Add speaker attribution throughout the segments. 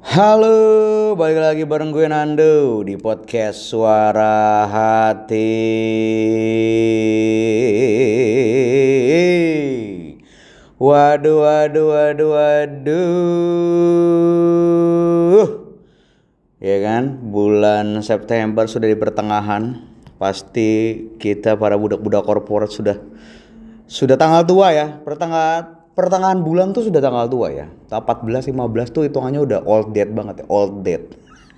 Speaker 1: Halo, balik lagi bareng gue Nando di podcast Suara Hati. Waduh, waduh, waduh, waduh. Ya kan, bulan September sudah di pertengahan. Pasti kita para budak-budak korporat sudah tanggal tua ya. Pertengahan bulan tuh sudah tanggal tua ya. 14 15 tuh hitungannya udah old date banget ya, old date.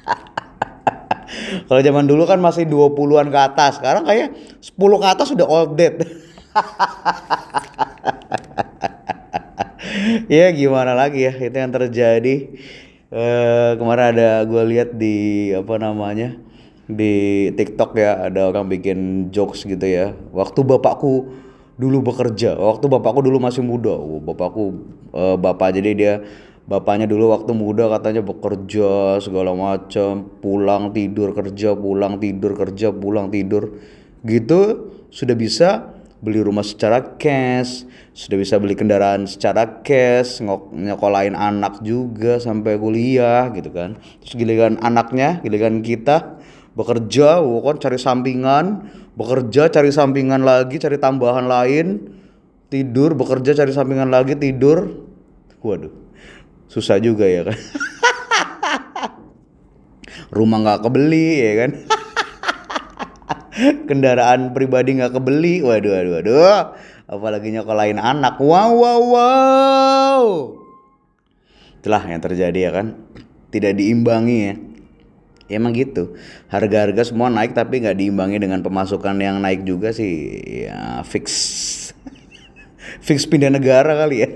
Speaker 1: Kalau zaman dulu kan masih 20-an ke atas. Sekarang kayak 10 ke atas sudah old date. Ya gimana lagi ya, itu yang terjadi. Kemarin ada gue lihat di apa namanya di TikTok ya, ada orang bikin jokes gitu ya. Waktu bapakku dulu masih muda. Bapakku bapak, jadi dia bapaknya dulu waktu muda katanya bekerja segala macam, pulang tidur kerja, pulang tidur kerja, pulang tidur gitu, sudah bisa beli rumah secara cash, sudah bisa beli kendaraan secara cash, nyekolahin anak juga sampai kuliah gitu kan. Terus giliran anaknya, giliran kita bekerja, kan cari sampingan, bekerja cari sampingan lagi, cari tambahan lain, tidur, bekerja cari sampingan lagi, tidur. Waduh, susah juga ya kan. Rumah nggak kebeli ya kan. Kendaraan pribadi nggak kebeli, waduh, waduh, waduh. Apalagi nyokolain anak, wow, wow, wow. Itulah yang terjadi ya kan, tidak diimbangi ya. Ya emang gitu, harga-harga semua naik tapi nggak diimbangi dengan pemasukan yang naik juga sih. Ya fix fix pindah negara kali ya.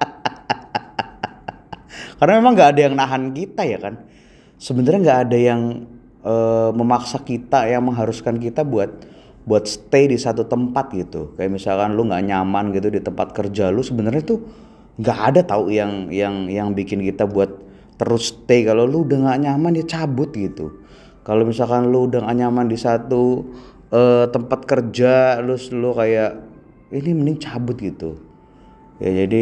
Speaker 1: Karena memang nggak ada yang nahan kita ya kan. Sebenarnya nggak ada yang memaksa kita, yang mengharuskan kita buat stay di satu tempat gitu. Kayak misalkan lu nggak nyaman gitu di tempat kerja lu, sebenarnya tuh nggak ada tahu yang bikin kita buat terus stay. Kalau lu udah nggak nyaman ya cabut gitu. Kalau misalkan lu udah nggak nyaman di satu tempat kerja, lu kayak ini mending cabut gitu. Ya jadi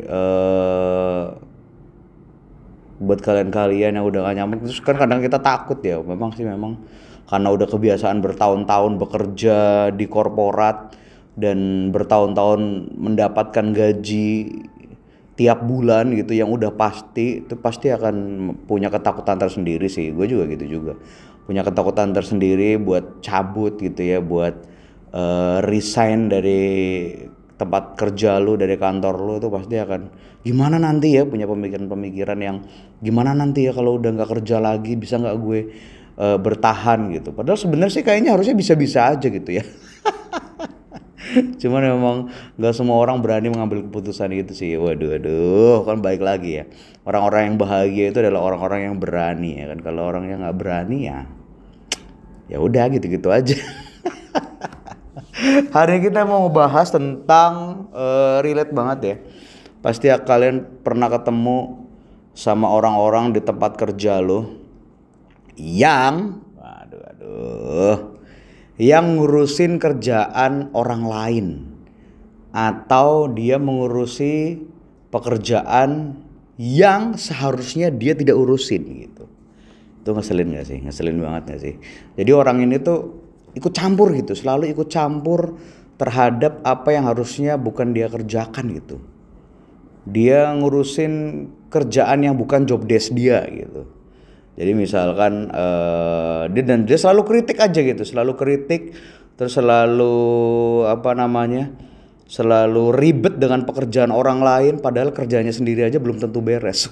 Speaker 1: buat kalian-kalian yang udah gak nyaman, terus kan kadang kita takut ya, memang sih, memang karena udah kebiasaan bertahun-tahun bekerja di korporat dan bertahun-tahun mendapatkan gaji tiap bulan gitu yang udah pasti, itu pasti akan punya ketakutan tersendiri sih. Gue juga gitu juga, punya ketakutan tersendiri buat cabut gitu ya, buat resign dari tempat kerja lu, dari kantor lu. Itu pasti akan gimana nanti ya, punya pemikiran-pemikiran yang gimana nanti ya kalau udah nggak kerja lagi, bisa nggak gue bertahan gitu. Padahal sebenarnya sih kayaknya harusnya bisa-bisa aja gitu ya. Cuman memang nggak semua orang berani mengambil keputusan itu sih. Waduh, aduh, kan balik lagi ya. Orang-orang yang bahagia itu adalah orang-orang yang berani ya kan. Kalau orang yang nggak berani ya udah gitu-gitu aja. Hari ini kita mau bahas tentang relate banget ya. Pasti ya kalian pernah ketemu sama orang-orang di tempat kerja lo yang yang ngurusin kerjaan orang lain, atau dia mengurusi pekerjaan yang seharusnya dia tidak urusin gitu. Itu ngeselin gak sih? Ngeselin banget gak sih? Jadi orang ini tuh ikut campur gitu, selalu ikut campur terhadap apa yang harusnya bukan dia kerjakan gitu. Dia ngurusin kerjaan yang bukan job desk dia gitu. Jadi misalkan dia selalu kritik aja gitu, selalu kritik, terus selalu apa namanya, selalu ribet dengan pekerjaan orang lain, padahal kerjanya sendiri aja belum tentu beres.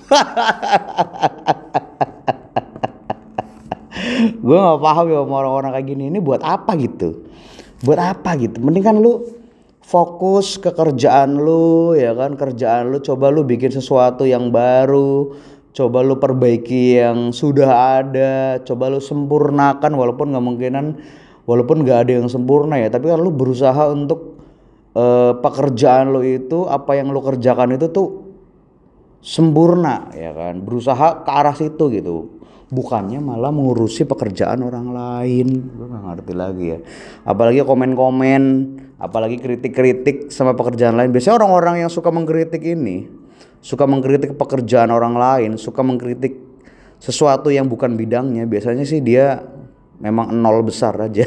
Speaker 1: Gue nggak paham ya sama orang-orang kayak gini, ini buat apa gitu, buat apa gitu. Mending kan lu fokus ke kerjaan lu ya kan, kerjaan lu coba lu bikin sesuatu yang baru, coba lu perbaiki yang sudah ada, coba lu sempurnakan, walaupun nggak ada yang sempurna ya, tapi kan lu berusaha untuk pekerjaan lu itu, apa yang lu kerjakan itu tuh sempurna ya kan, berusaha ke arah situ gitu, bukannya malah mengurusi pekerjaan orang lain. Gue nggak ngerti lagi ya, apalagi komen-komen, apalagi kritik-kritik sama pekerjaan lain. Biasanya orang-orang yang suka mengkritik ini suka mengkritik pekerjaan orang lain, suka mengkritik sesuatu yang bukan bidangnya, biasanya sih dia memang nol besar aja.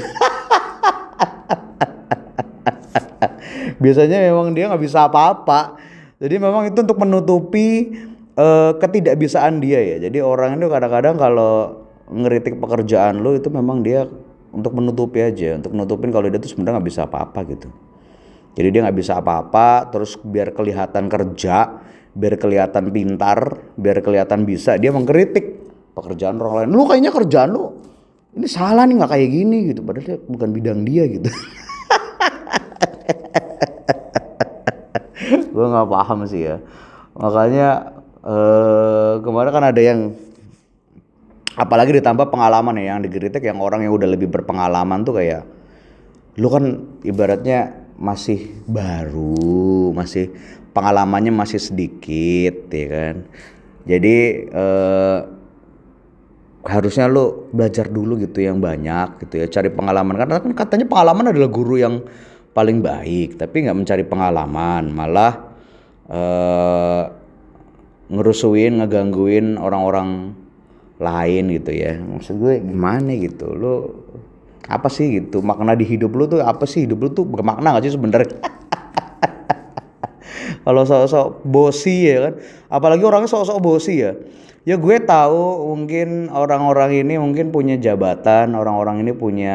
Speaker 1: Biasanya memang dia nggak bisa apa-apa. Jadi memang itu untuk menutupi ketidakbisaan dia ya. Jadi orang itu kadang-kadang kalau ngeritik pekerjaan lo itu memang dia untuk menutupi aja, untuk nutupin kalau dia tuh sebenarnya nggak bisa apa-apa gitu. Jadi dia nggak bisa apa-apa, terus biar kelihatan kerja, biar kelihatan pintar, biar kelihatan bisa, dia mengkritik pekerjaan orang lain. Lu kayaknya kerjaan lu ini salah nih, nggak kayak gini gitu. Padahal dia bukan bidang dia gitu. Gue nggak paham sih ya. Makanya kemarin kan ada yang, apalagi ditambah pengalaman ya, yang dikritik yang orang yang udah lebih berpengalaman tuh kayak, lu kan ibaratnya masih baru, masih pengalamannya masih sedikit ya kan. Jadi harusnya lu belajar dulu gitu yang banyak gitu ya, cari pengalaman, karena kan katanya pengalaman adalah guru yang paling baik, tapi nggak mencari pengalaman, malah ngerusuin, ngegangguin orang-orang lain gitu ya. Maksud gue gimana gitu, lu apa sih gitu makna di hidup lu tuh, apa sih hidup lu tuh bermakna gak sih sebenarnya? Kalau sok-sok bosi ya kan, apalagi orangnya sok-sok bosi ya. Ya gue tahu mungkin orang-orang ini mungkin punya jabatan, orang-orang ini punya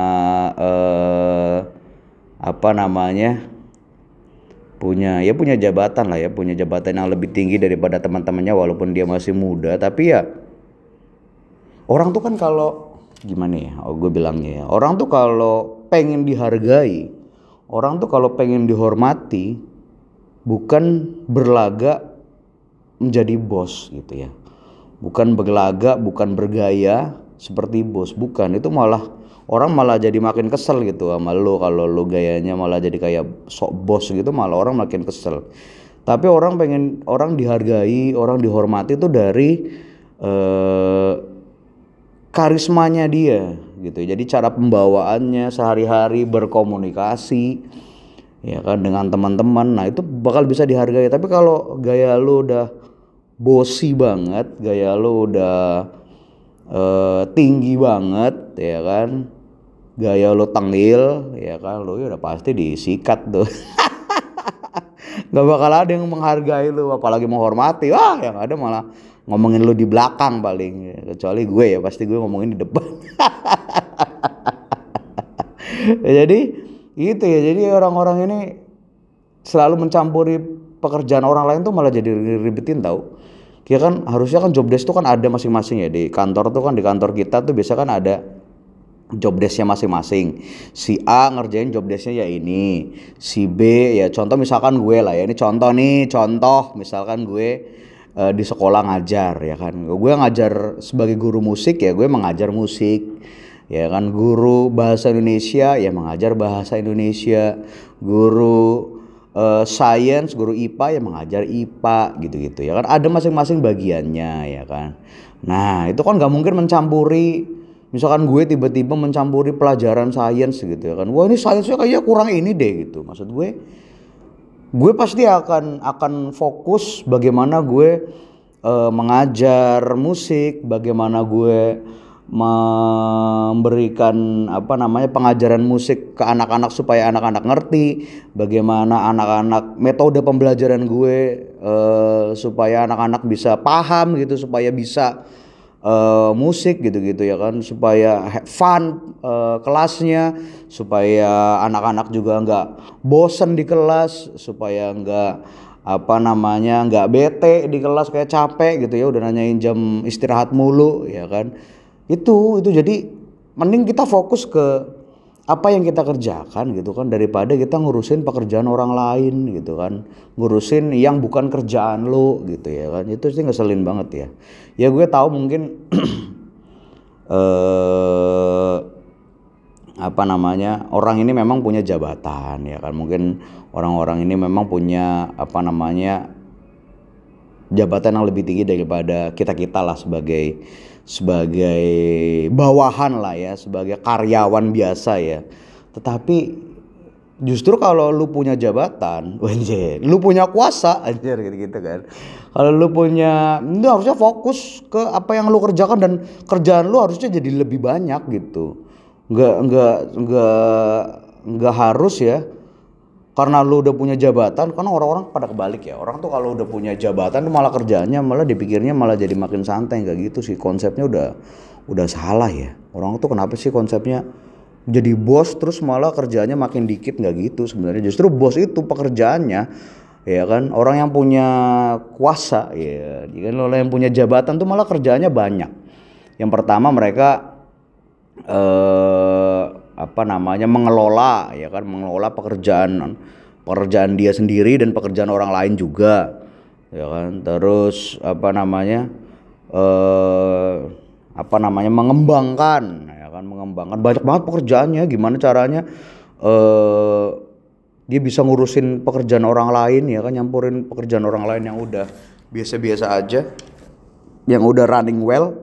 Speaker 1: apa namanya, punya jabatan lah ya, punya jabatan yang lebih tinggi daripada teman-temannya walaupun dia masih muda. Tapi ya orang tuh kan kalau gimana ya, gue bilangnya ya, orang tuh kalau pengen dihargai, orang tuh kalau pengen dihormati, bukan berlaga menjadi bos gitu ya, bukan berlaga, bukan bergaya seperti bos, bukan. Itu malah orang malah jadi makin kesel gitu sama lo, kalau lo gayanya malah jadi kayak sok bos gitu, malah orang makin kesel. Tapi orang pengen orang dihargai, orang dihormati itu dari karismanya dia gitu. Jadi cara pembawaannya sehari-hari, berkomunikasi ya kan dengan teman-teman, nah itu bakal bisa dihargai. Tapi kalau gaya lu udah bosi banget, gaya lu udah tinggi banget ya kan, gaya lu tengil ya kan, lu udah pasti disikat tuh. Gak bakal ada yang menghargai lu, apalagi menghormati. Wah, yang ada malah ngomongin lu di belakang paling. Kecuali gue ya, pasti gue ngomongin di depan. Jadi gitu ya, jadi orang-orang ini selalu mencampuri pekerjaan orang lain tuh malah jadi ribetin tau. Ya kan harusnya kan job desk tuh kan ada masing-masing ya, di kantor tuh kan, di kantor kita tuh biasa kan ada job desknya masing-masing. Si A ngerjain job desknya ya ini, si B ya contoh misalkan gue lah ya, ini contoh misalkan gue di sekolah ngajar ya kan, gue ngajar sebagai guru musik ya, gue mengajar musik ya kan, guru bahasa Indonesia ya mengajar bahasa Indonesia, guru science, guru IPA ya mengajar IPA gitu-gitu ya kan, ada masing-masing bagiannya ya kan. Nah itu kan gak mungkin mencampuri, misalkan gue tiba-tiba mencampuri pelajaran sains gitu ya kan, wah ini sainsnya kayaknya kurang ini deh gitu. Maksud gue pasti akan fokus bagaimana gue mengajar musik, bagaimana gue memberikan apa namanya pengajaran musik ke anak-anak supaya anak-anak ngerti, bagaimana anak-anak metode pembelajaran gue supaya anak-anak bisa paham gitu, supaya bisa musik gitu-gitu ya kan, supaya fun kelasnya, supaya anak-anak juga nggak bosen di kelas, supaya nggak apa namanya nggak bete di kelas kayak capek gitu ya, udah nanyain jam istirahat mulu ya kan. Itu jadi mending kita fokus ke apa yang kita kerjakan gitu kan, daripada kita ngurusin pekerjaan orang lain gitu kan, ngurusin yang bukan kerjaan lo gitu ya kan. Itu sih ngeselin banget ya. Ya gue tahu mungkin apa namanya orang ini memang punya jabatan ya kan, mungkin orang-orang ini memang punya apa namanya jabatan yang lebih tinggi daripada kita lah sebagai bawahan lah ya, sebagai karyawan biasa ya. Tetapi Justru kalau lu punya jabatan, anjir, lu punya kuasa, anjir gitu-gitu kan. Kalau lu lu harusnya fokus ke apa yang lu kerjakan dan kerjaan lu harusnya jadi lebih banyak gitu. Nggak harus ya. Karena lu udah punya jabatan, karena orang-orang pada kebalik ya. Orang tuh kalau udah punya jabatan tuh malah kerjaannya malah dipikirnya malah jadi makin santai, nggak gitu sih. Konsepnya udah salah ya. Orang tuh kenapa sih konsepnya jadi bos terus malah kerjaannya makin dikit, nggak gitu sebenarnya. Justru bos itu pekerjaannya ya kan orang yang punya kuasa ya, kan orang yang punya jabatan tuh malah kerjaannya banyak. Yang pertama mereka mengelola ya kan, mengelola pekerjaan dia sendiri dan pekerjaan orang lain juga ya kan. Terus mengembangkan ya kan, mengembangkan banyak banget pekerjaannya. Gimana caranya dia bisa ngurusin pekerjaan orang lain ya kan, nyampurin pekerjaan orang lain yang udah biasa-biasa aja, yang udah running well,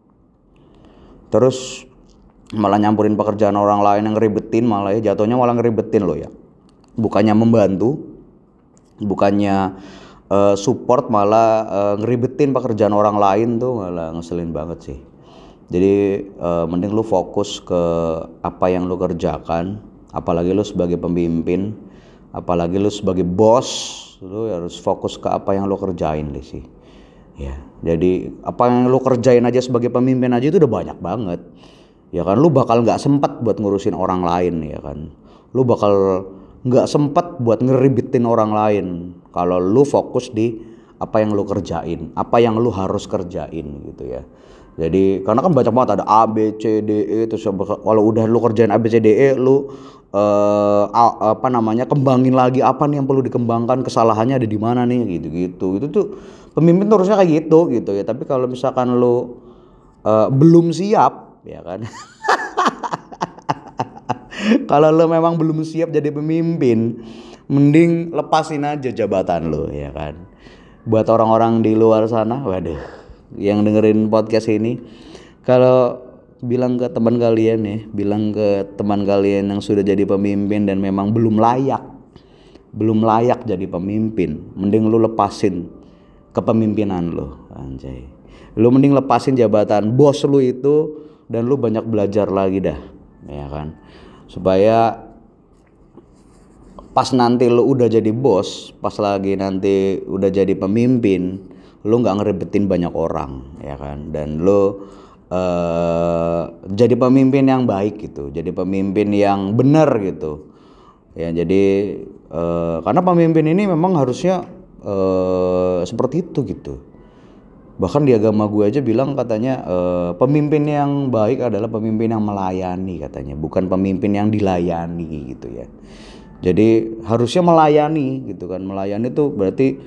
Speaker 1: terus malah nyampurin pekerjaan orang lain yang ngeribetin, malah ya jatuhnya malah ngeribetin lo ya. Bukannya membantu, bukannya support, malah ngeribetin pekerjaan orang lain tuh malah ngeselin banget sih. Jadi mending lu fokus ke apa yang lu kerjakan, apalagi lu sebagai pemimpin, apalagi lu sebagai bos, lu harus fokus ke apa yang lu kerjain deh sih. Ya, jadi apa yang lu kerjain aja sebagai pemimpin aja itu udah banyak banget. Ya kan, lu bakal nggak sempat buat ngurusin orang lain ya kan. Lu bakal nggak sempat buat ngeribetin orang lain kalau lu fokus di apa yang lu kerjain, apa yang lu harus kerjain gitu ya. Jadi karena kan banyak banget ada A B C D E, terus kalau udah lu kerjain A B C D E lu kembangin lagi apa nih yang perlu dikembangkan, kesalahannya ada di mana nih gitu-gitu. Itu tuh pemimpin tuh harusnya kayak gitu ya. Tapi kalau misalkan lu belum siap ya kan. Kalau lo memang belum siap jadi pemimpin, mending lepasin aja jabatan lo ya kan. Buat orang-orang di luar sana, waduh, yang dengerin podcast ini, kalau bilang ke teman kalian ya, bilang ke teman kalian yang sudah jadi pemimpin dan memang belum layak jadi pemimpin, mending lu lepasin kepemimpinan lo, anjay. Lu mending lepasin jabatan bos lu itu dan lu banyak belajar lagi dah, ya kan. Supaya pas nanti lu udah jadi bos, pas lagi nanti udah jadi pemimpin, lu nggak ngeribetin banyak orang, ya kan. Dan lu jadi pemimpin yang baik gitu, jadi pemimpin yang benar gitu. Ya jadi karena pemimpin ini memang harusnya seperti itu gitu. Bahkan di agama gue aja bilang katanya pemimpin yang baik adalah pemimpin yang melayani katanya, bukan pemimpin yang dilayani gitu ya. Jadi harusnya melayani gitu kan. Melayani tuh berarti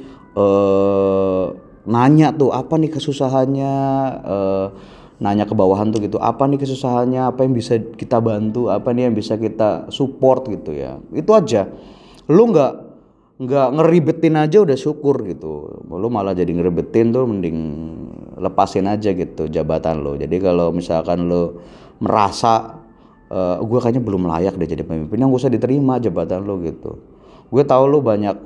Speaker 1: nanya tuh apa nih kesusahannya, nanya ke bawahan tuh gitu, apa nih kesusahannya, apa yang bisa kita bantu, apa nih yang bisa kita support gitu ya. Itu aja. Lu nggak ngeribetin aja udah syukur gitu. Lu malah jadi ngeribetin tuh, mending lepasin aja gitu jabatan lo. Jadi kalau misalkan lo merasa gue kayaknya belum layak deh jadi pemimpin, yang gak usah diterima jabatan lo gitu. Gue tahu lo banyak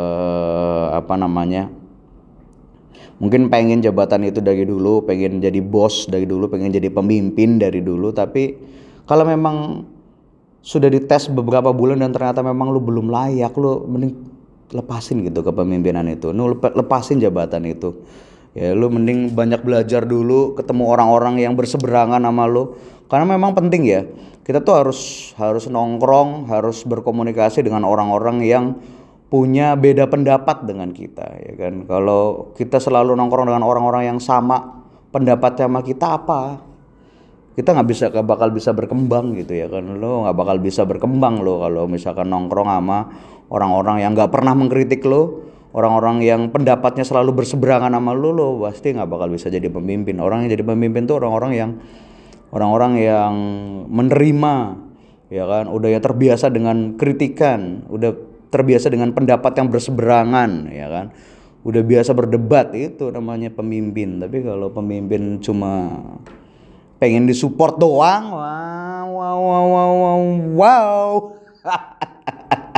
Speaker 1: mungkin pengen jabatan itu dari dulu, pengen jadi bos dari dulu, pengen jadi pemimpin dari dulu. Tapi kalau memang sudah dites beberapa bulan dan ternyata memang lu belum layak, lu mending lepasin gitu kepemimpinan itu, lu lepasin jabatan itu ya. Lu mending banyak belajar dulu, ketemu orang-orang yang berseberangan sama lu, karena memang penting ya, kita tuh harus nongkrong, harus berkomunikasi dengan orang-orang yang punya beda pendapat dengan kita ya kan. Kalau kita selalu nongkrong dengan orang-orang yang sama pendapat sama kita, kita nggak bakal bisa berkembang gitu ya kan. Lo nggak bakal bisa berkembang lo kalau misalkan nongkrong sama orang-orang yang nggak pernah mengkritik lo, orang-orang yang pendapatnya selalu berseberangan sama lo pasti nggak bakal bisa jadi pemimpin. Orang yang jadi pemimpin tuh orang-orang yang menerima ya kan, udah ya terbiasa dengan kritikan, udah terbiasa dengan pendapat yang berseberangan ya kan, udah biasa berdebat, itu namanya pemimpin. Tapi kalau pemimpin cuma pengen disupport doang, wow.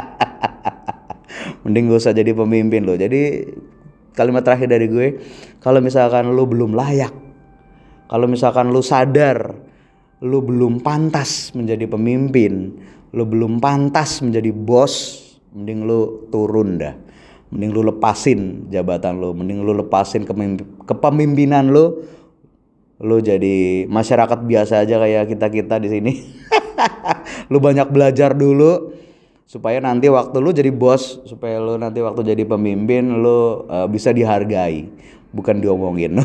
Speaker 1: Mending gak usah jadi pemimpin lo. Jadi kalimat terakhir dari gue, kalau misalkan lu belum layak, kalau misalkan lu sadar lu belum pantas menjadi pemimpin, lu belum pantas menjadi bos, mending lu turun dah. Mending lu lepasin jabatan lu, mending lu lepasin kepemimpinan lu. Lu jadi masyarakat biasa aja kayak kita-kita di sini. Lu banyak belajar dulu supaya nanti waktu lu jadi bos, supaya lu nanti waktu jadi pemimpin lu bisa dihargai, bukan diomongin.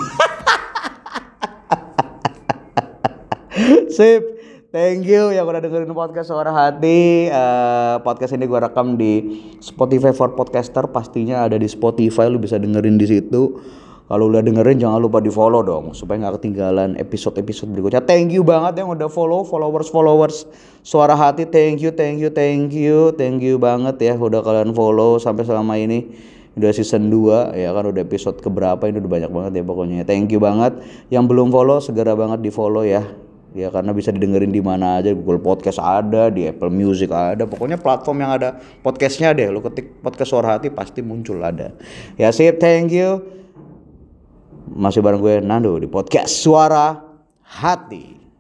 Speaker 1: Sip, thank you yang udah dengerin podcast Suara Hati. Podcast ini gue rekam di Spotify for Podcaster, pastinya ada di Spotify, lu bisa dengerin di situ. Kalau udah dengerin jangan lupa di follow dong supaya nggak ketinggalan episode-episode berikutnya. Thank you banget yang udah follow, followers Suara Hati. Thank you banget ya udah kalian follow sampai selama ini. Udah season 2 ya kan, udah episode keberapa ini, udah banyak banget ya pokoknya. Thank you banget. Yang belum follow segera banget di follow ya. Ya karena bisa didengerin di mana aja, Google Podcast ada, di Apple Music ada, pokoknya platform yang ada podcastnya deh. Lu ketik podcast Suara Hati pasti muncul ada. Ya sip, thank you. Masih bareng gue Nando di podcast Suara Hati.